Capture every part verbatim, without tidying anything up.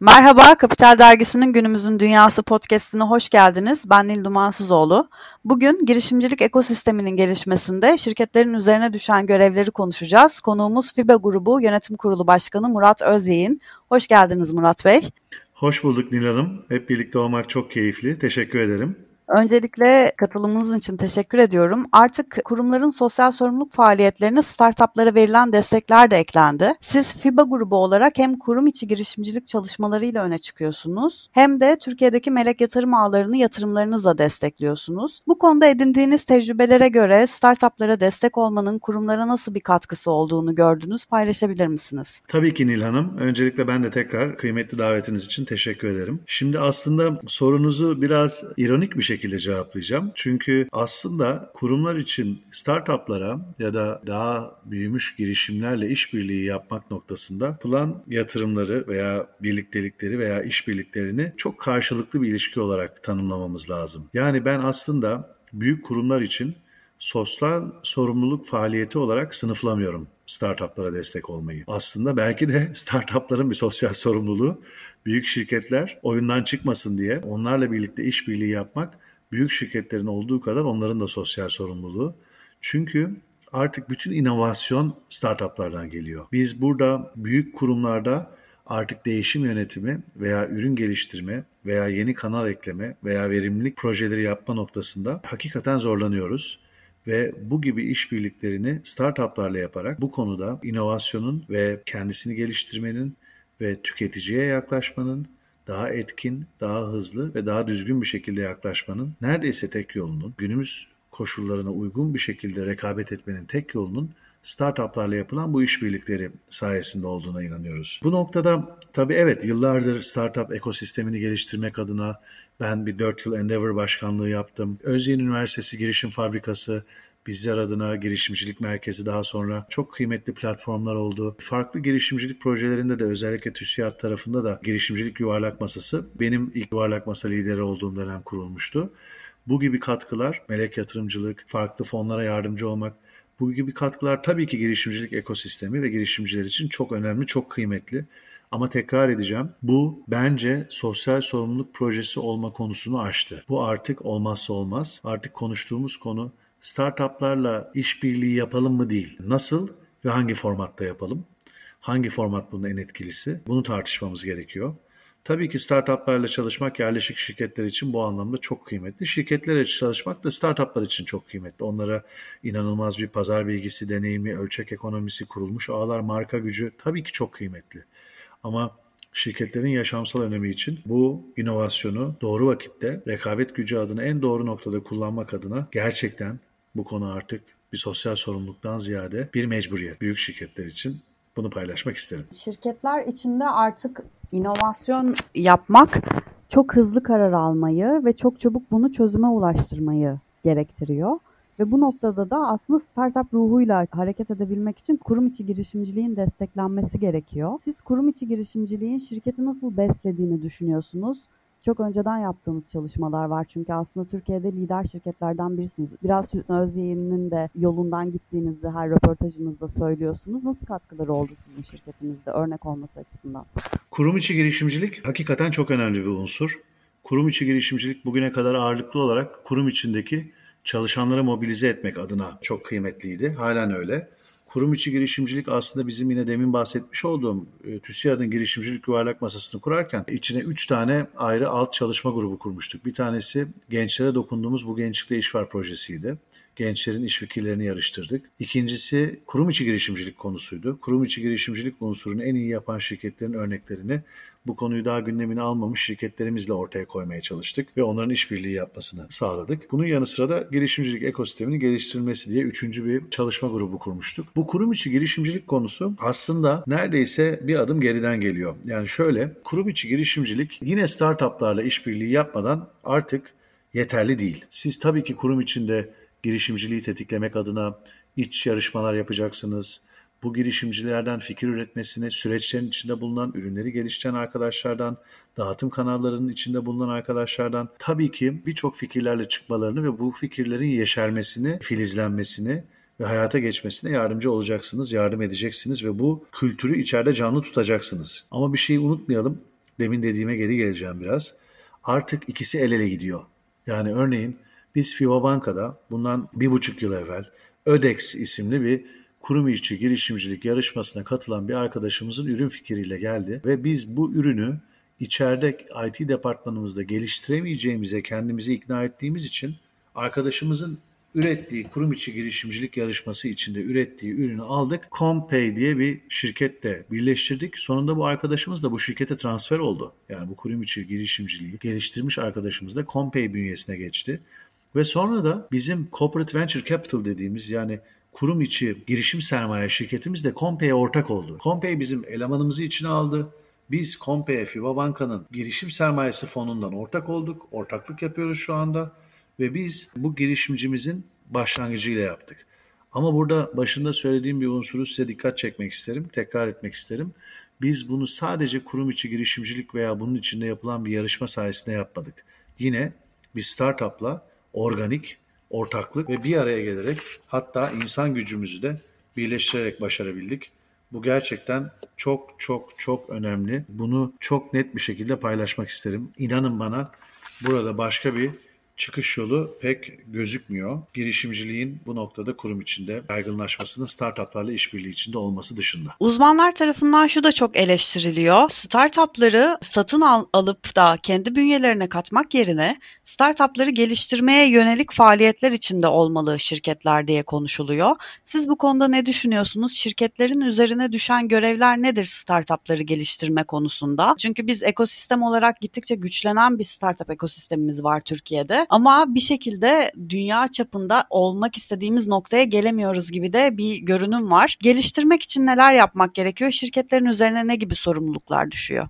Merhaba, Kapital Dergisi'nin Günümüzün Dünyası podcast'ine hoş geldiniz. Ben Nil Dumansızoğlu. Bugün girişimcilik ekosisteminin gelişmesinde şirketlerin üzerine düşen görevleri konuşacağız. Konuğumuz FİBE Grubu Yönetim Kurulu Başkanı Murat Özyeğin. Hoş geldiniz Murat Bey. Hoş bulduk Nil Hanım. Hep birlikte olmak çok keyifli. Teşekkür ederim. Öncelikle katılımınız için teşekkür ediyorum. Artık kurumların sosyal sorumluluk faaliyetlerine startuplara verilen destekler de eklendi. Siz FİBE grubu olarak hem kurum içi girişimcilik çalışmalarıyla öne çıkıyorsunuz, hem de Türkiye'deki melek yatırım ağlarını yatırımlarınızla destekliyorsunuz. Bu konuda edindiğiniz tecrübelere göre startuplara destek olmanın kurumlara nasıl bir katkısı olduğunu gördünüz, paylaşabilir misiniz? Tabii ki Nil Hanım. Öncelikle ben de tekrar kıymetli davetiniz için teşekkür ederim. Şimdi aslında sorunuzu biraz ironik bir şekilde cevaplayacağım. Çünkü aslında kurumlar için startuplara ya da daha büyümüş girişimlerle işbirliği yapmak noktasında yapılan yatırımları veya birliktelikleri veya işbirliklerini çok karşılıklı bir ilişki olarak tanımlamamız lazım. Yani ben aslında büyük kurumlar için sosyal sorumluluk faaliyeti olarak sınıflamıyorum startuplara destek olmayı. Aslında belki de startupların bir sosyal sorumluluğu. Büyük şirketler oyundan çıkmasın diye onlarla birlikte işbirliği yapmak büyük şirketlerin olduğu kadar onların da sosyal sorumluluğu. Çünkü artık bütün inovasyon startuplardan geliyor. Biz burada büyük kurumlarda artık değişim yönetimi veya ürün geliştirme veya yeni kanal ekleme veya verimlilik projeleri yapma noktasında hakikaten zorlanıyoruz. Ve bu gibi işbirliklerini startuplarla yaparak bu konuda inovasyonun ve kendisini geliştirmenin ve tüketiciye yaklaşmanın daha etkin, daha hızlı ve daha düzgün bir şekilde yaklaşmanın neredeyse tek yolunun, günümüz koşullarına uygun bir şekilde rekabet etmenin tek yolunun startuplarla yapılan bu işbirlikleri sayesinde olduğuna inanıyoruz. Bu noktada tabii evet yıllardır startup ekosistemini geliştirmek adına ben bir dört yıl Endeavor başkanlığı yaptım. Özyeğin Üniversitesi Girişim Fabrikası bizler adına girişimcilik merkezi daha sonra çok kıymetli platformlar oldu. Farklı girişimcilik projelerinde de özellikle TÜSİAD tarafında da girişimcilik yuvarlak masası benim ilk yuvarlak masa lideri olduğum dönem kurulmuştu. Bu gibi katkılar, melek yatırımcılık, farklı fonlara yardımcı olmak, bu gibi katkılar tabii ki girişimcilik ekosistemi ve girişimciler için çok önemli, çok kıymetli. Ama tekrar edeceğim, bu bence sosyal sorumluluk projesi olma konusunu aştı. Bu artık olmazsa olmaz. Artık konuştuğumuz konu startuplarla işbirliği yapalım mı değil. Nasıl ve hangi formatta yapalım? Hangi format bunun en etkilisi? Bunu tartışmamız gerekiyor. Tabii ki startuplarla çalışmak yerleşik şirketler için bu anlamda çok kıymetli. Şirketler için çalışmak da startuplar için çok kıymetli. Onlara inanılmaz bir pazar bilgisi, deneyimi, ölçek ekonomisi, kurulmuş ağlar, marka gücü tabii ki çok kıymetli. Ama şirketlerin yaşamsal önemi için bu inovasyonu doğru vakitte rekabet gücü adına en doğru noktada kullanmak adına gerçekten bu konu artık bir sosyal sorumluluktan ziyade bir mecburiyet. Büyük şirketler için bunu paylaşmak isterim. Şirketler içinde artık inovasyon yapmak çok hızlı karar almayı ve çok çabuk bunu çözüme ulaştırmayı gerektiriyor. Ve bu noktada da aslında startup ruhuyla hareket edebilmek için kurum içi girişimciliğin desteklenmesi gerekiyor. Siz kurum içi girişimciliğin şirketi nasıl beslediğini düşünüyorsunuz? Çok önceden yaptığınız çalışmalar var çünkü aslında Türkiye'de lider şirketlerden birisiniz. Biraz Hüsnü Özyeğin'in de yolundan gittiğinizi her röportajınızda söylüyorsunuz. Nasıl katkıları oldu sizin şirketinizde örnek olması açısından? Kurum içi girişimcilik hakikaten çok önemli bir unsur. Kurum içi girişimcilik bugüne kadar ağırlıklı olarak kurum içindeki çalışanları mobilize etmek adına çok kıymetliydi. Halen öyle. Kurum içi girişimcilik aslında bizim yine demin bahsetmiş olduğum e, TÜSİAD'ın girişimcilik yuvarlak masasını kurarken içine üç tane ayrı alt çalışma grubu kurmuştuk. Bir tanesi gençlere dokunduğumuz Bu Gençlikle İş Var projesiydi. Gençlerin iş fikirlerini yarıştırdık. İkincisi kurum içi girişimcilik konusuydu. Kurum içi girişimcilik unsurunu en iyi yapan şirketlerin örneklerini bu konuyu daha gündemine almamış şirketlerimizle ortaya koymaya çalıştık ve onların işbirliği yapmasını sağladık. Bunun yanı sıra da girişimcilik ekosisteminin geliştirilmesi diye üçüncü bir çalışma grubu kurmuştuk. Bu kurum içi girişimcilik konusu aslında neredeyse bir adım geriden geliyor. Yani şöyle, kurum içi girişimcilik yine startuplarla işbirliği yapmadan artık yeterli değil. Siz tabii ki kurum içinde girişimciliği tetiklemek adına iç yarışmalar yapacaksınız. Bu girişimcilerden fikir üretmesini, süreçlerin içinde bulunan, ürünleri geliştiren arkadaşlardan, dağıtım kanallarının içinde bulunan arkadaşlardan tabii ki birçok fikirlerle çıkmalarını ve bu fikirlerin yeşermesini, filizlenmesini ve hayata geçmesine yardımcı olacaksınız, yardım edeceksiniz ve bu kültürü içeride canlı tutacaksınız. Ama bir şeyi unutmayalım. Demin dediğime geri geleceğim biraz. Artık ikisi el ele gidiyor. Yani örneğin biz FIBA Banka'da bundan bir buçuk yıl evvel Ödex isimli bir kurum içi girişimcilik yarışmasına katılan bir arkadaşımızın ürün fikriyle geldi ve biz bu ürünü içeride I T departmanımızda geliştiremeyeceğimize kendimizi ikna ettiğimiz için arkadaşımızın ürettiği kurum içi girişimcilik yarışması içinde ürettiği ürünü aldık. Compay diye bir şirkette birleştirdik. Sonunda bu arkadaşımız da bu şirkete transfer oldu. Yani bu kurum içi girişimciliği geliştirmiş arkadaşımız da Compay bünyesine geçti. Ve sonra da bizim Corporate Venture Capital dediğimiz yani kurum içi girişim sermaye şirketimiz de Compay'e ortak oldu. Compay bizim elemanımızı içine aldı. Biz Compay'e FIBA Banka'nın girişim sermayesi fonundan ortak olduk. Ortaklık yapıyoruz şu anda. Ve biz bu girişimcimizin başlangıcıyla yaptık. Ama burada başında söylediğim bir unsuru size dikkat çekmek isterim, tekrar etmek isterim. Biz bunu sadece kurum içi girişimcilik veya bunun içinde yapılan bir yarışma sayesinde yapmadık. Yine bir startupla organik, ortaklık ve bir araya gelerek hatta insan gücümüzü de birleştirerek başarabildik. Bu gerçekten çok çok çok önemli. Bunu çok net bir şekilde paylaşmak isterim. İnanın bana burada başka bir çıkış yolu pek gözükmüyor. Girişimciliğin bu noktada kurum içinde yaygınlaşmasının startuplarla işbirliği içinde olması dışında. Uzmanlar tarafından şu da çok eleştiriliyor. Startupları satın al, alıp da kendi bünyelerine katmak yerine startupları geliştirmeye yönelik faaliyetler içinde olmalı şirketler diye konuşuluyor. Siz bu konuda ne düşünüyorsunuz? Şirketlerin üzerine düşen görevler nedir startupları geliştirme konusunda? Çünkü biz ekosistem olarak gittikçe güçlenen bir startup ekosistemimiz var Türkiye'de. Ama bir şekilde dünya çapında olmak istediğimiz noktaya gelemiyoruz gibi de bir görünüm var. Geliştirmek için neler yapmak gerekiyor? Şirketlerin üzerine ne gibi sorumluluklar düşüyor?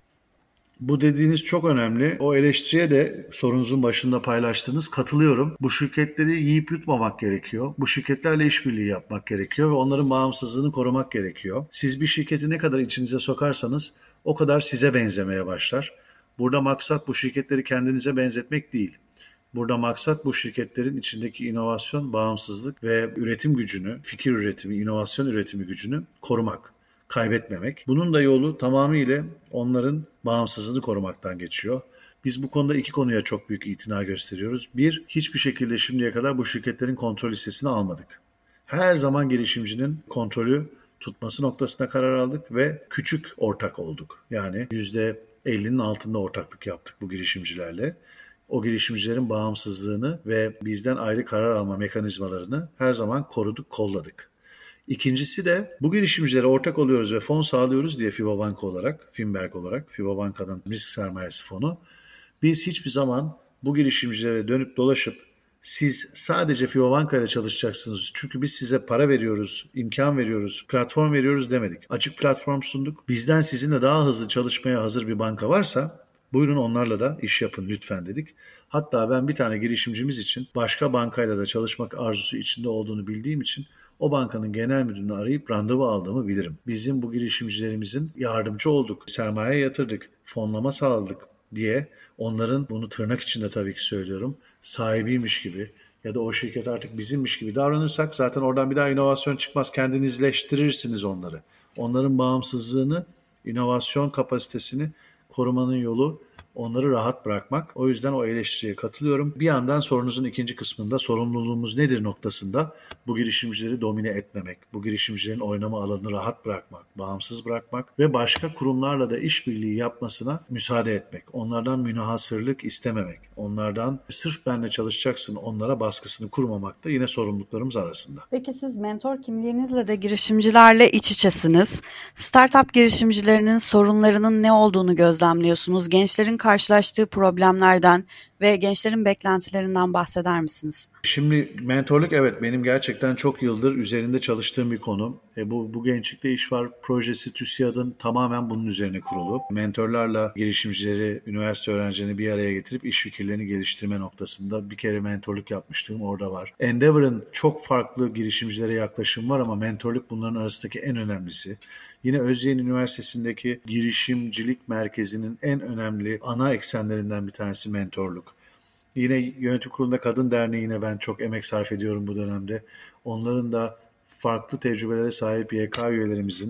Bu dediğiniz çok önemli. O eleştiriye de sorunuzun başında paylaştığınız katılıyorum. Bu şirketleri yiyip yutmamak gerekiyor. Bu şirketlerle işbirliği yapmak gerekiyor ve onların bağımsızlığını korumak gerekiyor. Siz bir şirketi ne kadar içinize sokarsanız o kadar size benzemeye başlar. Burada maksat bu şirketleri kendinize benzetmek değil. Burada maksat bu şirketlerin içindeki inovasyon, bağımsızlık ve üretim gücünü, fikir üretimi, inovasyon üretimi gücünü korumak, kaybetmemek. Bunun da yolu tamamıyla onların bağımsızlığını korumaktan geçiyor. Biz bu konuda iki konuya çok büyük itina gösteriyoruz. Bir, hiçbir şekilde şimdiye kadar bu şirketlerin kontrol listesini almadık. Her zaman girişimcinin kontrolü tutması noktasında karar aldık ve küçük ortak olduk. Yani yüzde ellinin altında ortaklık yaptık bu girişimcilerle. O girişimcilerin bağımsızlığını ve bizden ayrı karar alma mekanizmalarını her zaman koruduk, kolladık. İkincisi de bu girişimcilere ortak oluyoruz ve fon sağlıyoruz diye FIBA Banka olarak, Finberg olarak, FIBA Banka'dan risk sermayesi fonu. Biz hiçbir zaman bu girişimcilere dönüp dolaşıp siz sadece FIBA Banka ile çalışacaksınız çünkü biz size para veriyoruz, imkan veriyoruz, platform veriyoruz demedik. Açık platform sunduk. Bizden sizinle daha hızlı çalışmaya hazır bir banka varsa buyurun onlarla da iş yapın lütfen dedik. Hatta ben bir tane girişimcimiz için başka bankayla da çalışmak arzusu içinde olduğunu bildiğim için o bankanın genel müdürünü arayıp randevu aldığımı bilirim. Bizim bu girişimcilerimizin yardımcı olduk, sermaye yatırdık, fonlama sağladık diye onların bunu tırnak içinde tabii ki söylüyorum sahibiymiş gibi ya da o şirket artık bizimmiş gibi davranırsak zaten oradan bir daha inovasyon çıkmaz. Kendinizleştirirsiniz onları. Onların bağımsızlığını, inovasyon kapasitesini korumanın yolu onları rahat bırakmak. O yüzden o eleştiriye katılıyorum. Bir yandan sorunuzun ikinci kısmında sorumluluğumuz nedir noktasında bu girişimcileri domine etmemek, bu girişimcilerin oynama alanını rahat bırakmak, bağımsız bırakmak ve başka kurumlarla da işbirliği yapmasına müsaade etmek. Onlardan münhasırlık istememek, onlardan sırf benimle çalışacaksın onlara baskısını kurmamak da yine sorumluluklarımız arasında. Peki siz mentor kimliğinizle de girişimcilerle iç içesiniz. Startup girişimcilerinin sorunlarının ne olduğunu gözlemliyorsunuz. Gençlerin karşılaştığı problemlerden ve gençlerin beklentilerinden bahseder misiniz? Şimdi mentorluk evet benim gerçekten çok yıldır üzerinde çalıştığım bir konu. E bu, bu Gençlikte İş Var projesi TÜSİAD'ın tamamen bunun üzerine kurulu. Mentorlarla girişimcileri, üniversite öğrencilerini bir araya getirip iş fikirlerini geliştirme noktasında bir kere mentorluk yapmıştım orada var. Endeavor'ın çok farklı girişimcilere yaklaşım var ama mentorluk bunların arasındaki en önemlisi. Yine Özyeğin Üniversitesi'ndeki girişimcilik merkezinin en önemli ana eksenlerinden bir tanesi mentorluk. Yine yönetim kurulunda Kadın Derneği'ne ben çok emek sarf ediyorum bu dönemde. Onların da farklı tecrübelere sahip Y K üyelerimizin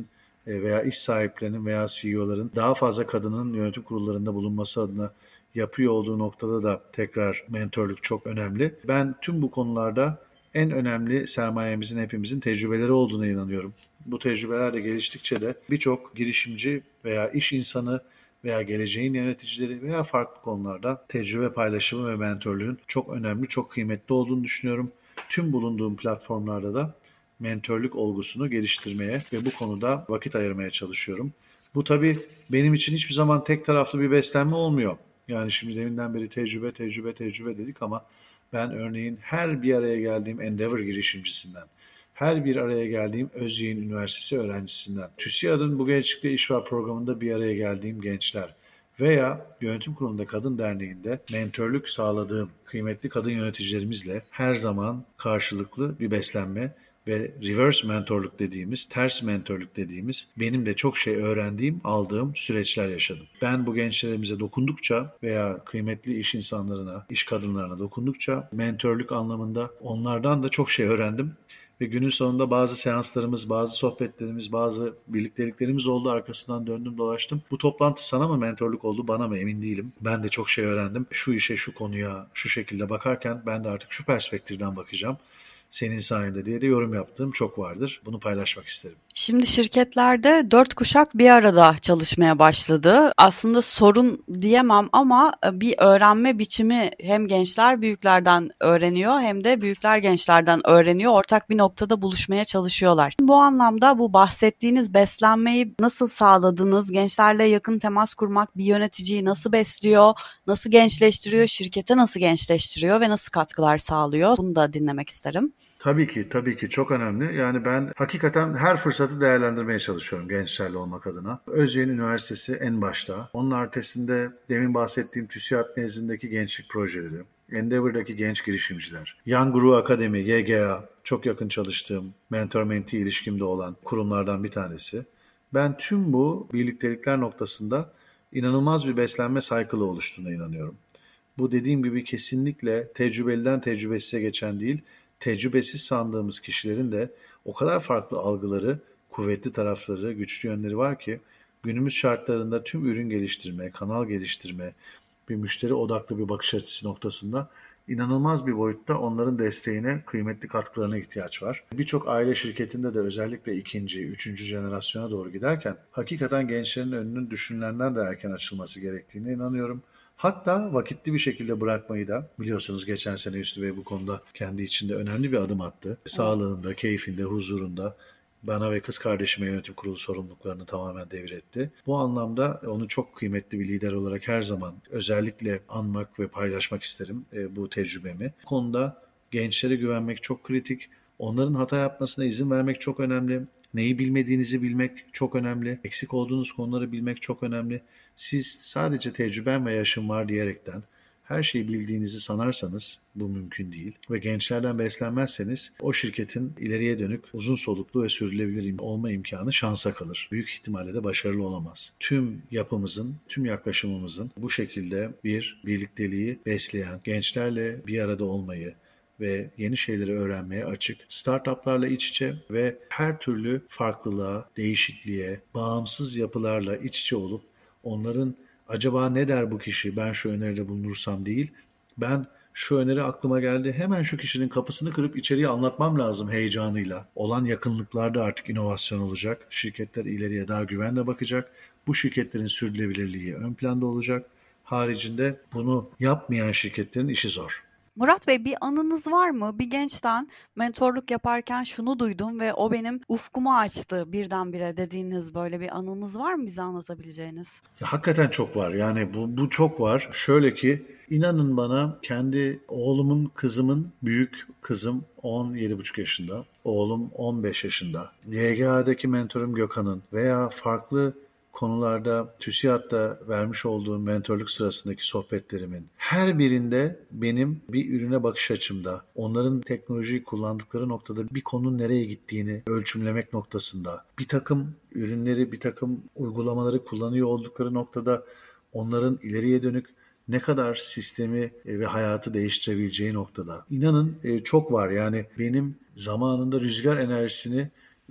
e, veya iş sahiplerinin veya C E O'ların daha fazla kadının yönetim kurullarında bulunması adına yapıyor olduğu noktada da tekrar mentörlük çok önemli. Ben tüm bu konularda en önemli sermayemizin hepimizin tecrübeleri olduğuna inanıyorum. Bu tecrübeler de geliştikçe de birçok girişimci veya iş insanı veya geleceğin yöneticileri veya farklı konularda tecrübe paylaşımı ve mentörlüğün çok önemli, çok kıymetli olduğunu düşünüyorum. Tüm bulunduğum platformlarda da mentörlük olgusunu geliştirmeye ve bu konuda vakit ayırmaya çalışıyorum. Bu tabii benim için hiçbir zaman tek taraflı bir beslenme olmuyor. Yani şimdi deminden beri tecrübe, tecrübe, tecrübe dedik ama ben örneğin her bir araya geldiğim Endeavor girişimcisinden, her bir araya geldiğim Özyeğin Üniversitesi öğrencisinden, TÜSİAD'ın Bu Gençlikte İş Var programında bir araya geldiğim gençler veya Yönetim Kurulu'nda Kadın Derneği'nde mentörlük sağladığım kıymetli kadın yöneticilerimizle her zaman karşılıklı bir beslenme ve reverse mentorluk dediğimiz, ters mentorluk dediğimiz benim de çok şey öğrendiğim, aldığım süreçler yaşadım. Ben bu gençlerimize dokundukça veya kıymetli iş insanlarına, iş kadınlarına dokundukça mentörlük anlamında onlardan da çok şey öğrendim. Ve günün sonunda bazı seanslarımız, bazı sohbetlerimiz, bazı birlikteliklerimiz oldu. Arkasından döndüm dolaştım. Bu toplantı sana mı mentorluk oldu, bana mı emin değilim. Ben de çok şey öğrendim. Şu işe, şu konuya, şu şekilde bakarken ben de artık şu perspektiften bakacağım. Senin sayende diye de yorum yaptığım çok vardır. Bunu paylaşmak isterim. Şimdi şirketlerde dört kuşak bir arada çalışmaya başladı. Aslında sorun diyemem ama bir öğrenme biçimi, hem gençler büyüklerden öğreniyor hem de büyükler gençlerden öğreniyor. Ortak bir noktada buluşmaya çalışıyorlar. Bu anlamda bu bahsettiğiniz beslenmeyi nasıl sağladınız? Gençlerle yakın temas kurmak bir yöneticiyi nasıl besliyor? Nasıl gençleştiriyor? Şirkete nasıl gençleştiriyor ve nasıl katkılar sağlıyor? Bunu da dinlemek isterim. Tabii ki, tabii ki çok önemli. Yani ben hakikaten her fırsatı değerlendirmeye çalışıyorum gençlerle olmak adına. Özyeğin Üniversitesi en başta. Onun ötesinde demin bahsettiğim TÜSİAD nezdindeki gençlik projeleri, Endeavor'daki genç girişimciler, Young Guru Akademi, Y G A, çok yakın çalıştığım, mentor-mentee ilişkimde olan kurumlardan bir tanesi. Ben tüm bu birliktelikler noktasında inanılmaz bir beslenme cycle'ı oluştuğuna inanıyorum. Bu dediğim gibi kesinlikle tecrübeliden tecrübesize geçen değil, tecrübesiz sandığımız kişilerin de o kadar farklı algıları, kuvvetli tarafları, güçlü yönleri var ki günümüz şartlarında tüm ürün geliştirme, kanal geliştirme, bir müşteri odaklı bir bakış açısı noktasında inanılmaz bir boyutta onların desteğine, kıymetli katkılarına ihtiyaç var. Birçok aile şirketinde de özellikle ikinci, üçüncü jenerasyona doğru giderken hakikaten gençlerin önünün düşünülenden de erken açılması gerektiğine inanıyorum. Hatta vakitli bir şekilde bırakmayı da, biliyorsunuz geçen sene Hüsnü Bey bu konuda kendi içinde önemli bir adım attı. Sağlığında, keyfinde, huzurunda bana ve kız kardeşime yönetim kurulu sorumluluklarını tamamen devretti. Bu anlamda onu çok kıymetli bir lider olarak her zaman özellikle anmak ve paylaşmak isterim e, bu tecrübemi. Bu konuda gençlere güvenmek çok kritik. Onların hata yapmasına izin vermek çok önemli. Neyi bilmediğinizi bilmek çok önemli. Eksik olduğunuz konuları bilmek çok önemli. Siz sadece tecrüben ve yaşım var diyerekten her şeyi bildiğinizi sanarsanız bu mümkün değil ve gençlerden beslenmezseniz o şirketin ileriye dönük uzun soluklu ve sürdürülebilir olma imkanı şansa kalır. Büyük ihtimalle de başarılı olamaz. Tüm yapımızın, tüm yaklaşımımızın bu şekilde bir birlikteliği besleyen, gençlerle bir arada olmayı ve yeni şeyleri öğrenmeye açık, startuplarla iç içe ve her türlü farklılığa, değişikliğe, bağımsız yapılarla iç içe olup onların acaba ne der bu kişi, ben şu öneride bulunursam değil, ben şu öneri aklıma geldi, hemen şu kişinin kapısını kırıp içeriye anlatmam lazım heyecanıyla. Olan yakınlıklarda artık inovasyon olacak. Şirketler ileriye daha güvenle bakacak. Bu şirketlerin sürdürülebilirliği ön planda olacak. Haricinde bunu yapmayan şirketlerin işi zor. Murat Bey, bir anınız var mı? Bir gençten mentorluk yaparken şunu duydum ve o benim ufkumu açtı birdenbire dediğiniz böyle bir anınız var mı bize anlatabileceğiniz? Ya, hakikaten çok var. Yani bu, bu çok var. Şöyle ki inanın bana kendi oğlumun, kızımın, büyük kızım on yedi buçuk yaşında, oğlum on beş yaşında. Y G A'daki mentorum Gökhan'ın veya farklı konularda TÜSİAD'da vermiş olduğum mentorluk sırasındaki sohbetlerimin her birinde benim bir ürüne bakış açımda, onların teknolojiyi kullandıkları noktada bir konunun nereye gittiğini ölçümlemek noktasında, bir takım ürünleri, bir takım uygulamaları kullanıyor oldukları noktada onların ileriye dönük ne kadar sistemi ve hayatı değiştirebileceği noktada. İnanın çok var. Yani benim zamanında rüzgar enerjisini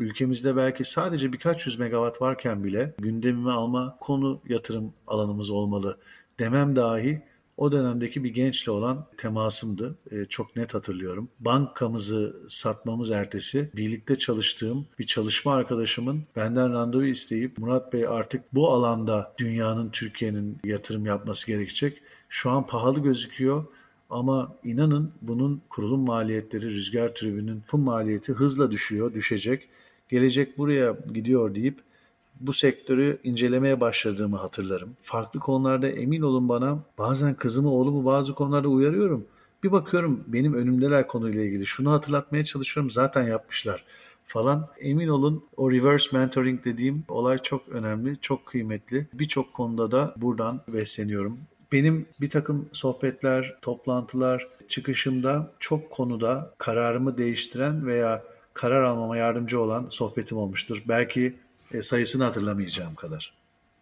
ülkemizde belki sadece birkaç yüz megawatt varken bile gündemime alma konu yatırım alanımız olmalı demem dahi o dönemdeki bir gençle olan temasımdı. E, çok net hatırlıyorum. Bankamızı satmamız ertesi birlikte çalıştığım bir çalışma arkadaşımın benden randevu isteyip Murat Bey artık bu alanda dünyanın, Türkiye'nin yatırım yapması gerekecek. Şu an pahalı gözüküyor. Ama inanın bunun kurulum maliyetleri, rüzgar türbünün yapım maliyeti hızla düşüyor, düşecek. Gelecek buraya gidiyor deyip bu sektörü incelemeye başladığımı hatırlarım. Farklı konularda emin olun bana bazen kızımı oğlumu bazı konularda uyarıyorum. Bir bakıyorum benim önümdeler konuyla ilgili. Şunu hatırlatmaya çalışıyorum zaten yapmışlar falan. Emin olun o reverse mentoring dediğim olay çok önemli, çok kıymetli. Birçok konuda da buradan besleniyorum. Benim bir takım sohbetler, toplantılar, çıkışımda çok konuda kararımı değiştiren veya karar almama yardımcı olan sohbetim olmuştur. Belki e, sayısını hatırlamayacağım kadar.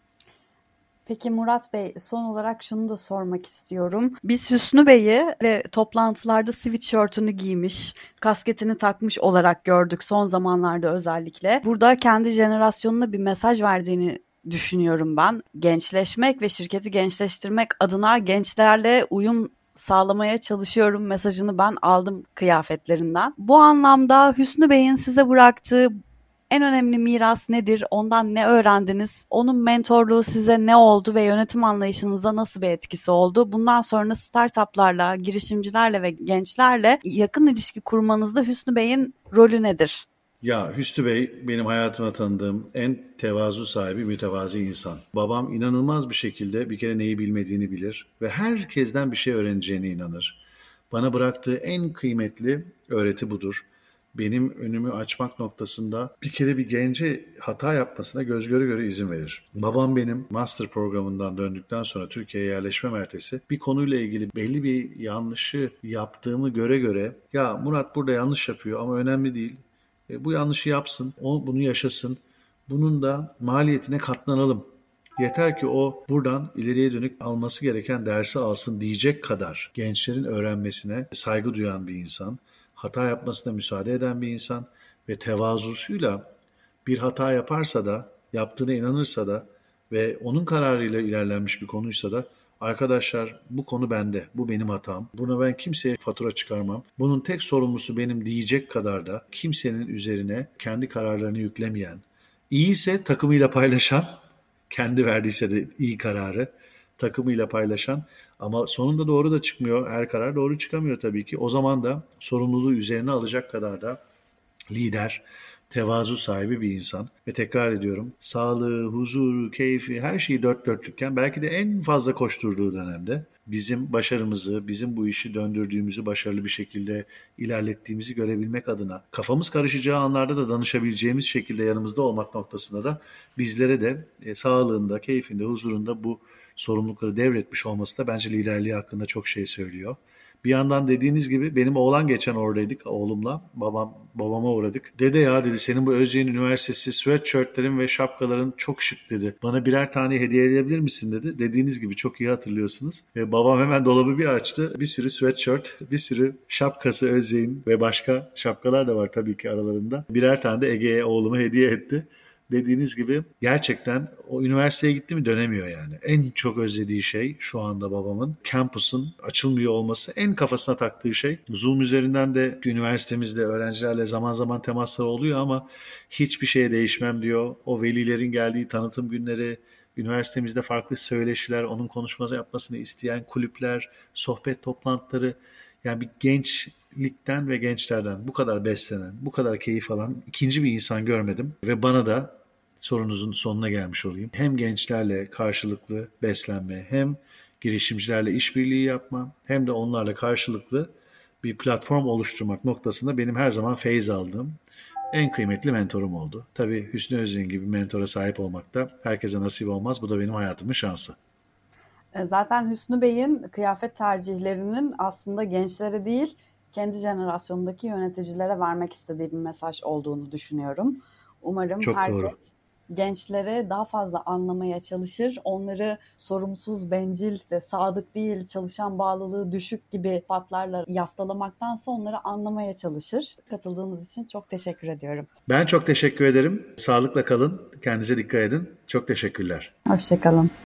Peki Murat Bey, son olarak şunu da sormak istiyorum. Biz Hüsnü Bey'i e, toplantılarda sweatshirt'ünü giymiş, kasketini takmış olarak gördük son zamanlarda özellikle. Burada kendi jenerasyonuna bir mesaj verdiğini düşünüyorum ben. Gençleşmek ve şirketi gençleştirmek adına gençlerle uyum sağlamaya çalışıyorum mesajını ben aldım kıyafetlerinden. Bu anlamda Hüsnü Bey'in size bıraktığı en önemli miras nedir? Ondan ne öğrendiniz? Onun mentorluğu size ne oldu ve yönetim anlayışınıza nasıl bir etkisi oldu? Bundan sonra startuplarla, girişimcilerle ve gençlerle yakın ilişki kurmanızda Hüsnü Bey'in rolü nedir? Ya Hüsnü Bey benim hayatımda tanıdığım en tevazu sahibi, mütevazi insan. Babam inanılmaz bir şekilde bir kere neyi bilmediğini bilir ve herkesten bir şey öğreneceğine inanır. Bana bıraktığı en kıymetli öğreti budur. Benim önümü açmak noktasında bir kere bir gence hata yapmasına göz göre göre izin verir. Babam benim master programından döndükten sonra Türkiye'ye yerleşmem ertesi bir konuyla ilgili belli bir yanlışı yaptığımı göre göre ya Murat burada yanlış yapıyor ama önemli değil. E, bu yanlışı yapsın, o bunu yaşasın. Bunun da maliyetine katlanalım. Yeter ki o buradan ileriye dönük alması gereken dersi alsın diyecek kadar gençlerin öğrenmesine saygı duyan bir insan, hata yapmasına müsaade eden bir insan ve tevazusuyla bir hata yaparsa da, yaptığına inanırsa da ve onun kararıyla ilerlenmiş bir konuysa da arkadaşlar bu konu bende, bu benim hatam. Buna ben kimseye fatura çıkarmam. Bunun tek sorumlusu benim diyecek kadar da kimsenin üzerine kendi kararlarını yüklemeyen, iyiyse takımıyla paylaşan, kendi verdiyse de iyi kararı takımıyla paylaşan ama sonunda doğru da çıkmıyor. Her karar doğru çıkamıyor tabii ki. O zaman da sorumluluğu üzerine alacak kadar da lider, tevazu sahibi bir insan. Ve tekrar ediyorum sağlığı, huzuru, keyfi her şeyi dört dörtlükken belki de en fazla koşturduğu dönemde bizim başarımızı, bizim bu işi döndürdüğümüzü, başarılı bir şekilde ilerlettiğimizi görebilmek adına kafamız karışacağı anlarda da danışabileceğimiz şekilde yanımızda olmak noktasında da bizlere de e, sağlığında, keyfinde, huzurunda bu sorumlulukları devretmiş olması da bence liderliği hakkında çok şey söylüyor. Bir yandan dediğiniz gibi benim oğlan geçen oradaydık oğlumla. Babam babama uğradık. Dede ya dedi senin bu Özyeğin Üniversitesi sweatshirtlerin ve şapkaların çok şık dedi. Bana birer tane hediye edebilir misin dedi. Dediğiniz gibi çok iyi hatırlıyorsunuz. Ve babam hemen dolabı bir açtı. Bir sürü sweatshirt, bir sürü şapkası Özyeğin ve başka şapkalar da var tabii ki aralarında. Birer tane de Ege'ye oğluma hediye etti. Dediğiniz gibi gerçekten o üniversiteye gitti mi dönemiyor yani. En çok özlediği şey şu anda babamın kampüsün açılmıyor olması, en kafasına taktığı şey. Zoom üzerinden de üniversitemizde öğrencilerle zaman zaman temaslar oluyor ama hiçbir şeye değişmem diyor. O velilerin geldiği tanıtım günleri, üniversitemizde farklı söyleşiler, onun konuşması yapmasını isteyen kulüpler, sohbet toplantıları, yani bir gençlikten ve gençlerden bu kadar beslenen, bu kadar keyif alan ikinci bir insan görmedim ve bana da sorunuzun sonuna gelmiş olayım. Hem gençlerle karşılıklı beslenme, hem girişimcilerle işbirliği yapma, hem de onlarla karşılıklı bir platform oluşturmak noktasında benim her zaman feyz aldığım en kıymetli mentorum oldu. Tabii Hüsnü Özyeğin gibi bir mentora sahip olmak da herkese nasip olmaz. Bu da benim hayatımın şansı. Zaten Hüsnü Bey'in kıyafet tercihlerinin aslında gençlere değil, kendi jenerasyonundaki yöneticilere vermek istediği bir mesaj olduğunu düşünüyorum. Umarım Çok herkes doğru. gençlere daha fazla anlamaya çalışır. Onları sorumsuz, bencil, de sadık değil, çalışan bağlılığı düşük gibi patlarla yaftalamaktansa onları anlamaya çalışır. Katıldığınız için çok teşekkür ediyorum. Ben çok teşekkür ederim. Sağlıkla kalın. Kendinize dikkat edin. Çok teşekkürler. Hoşça kalın.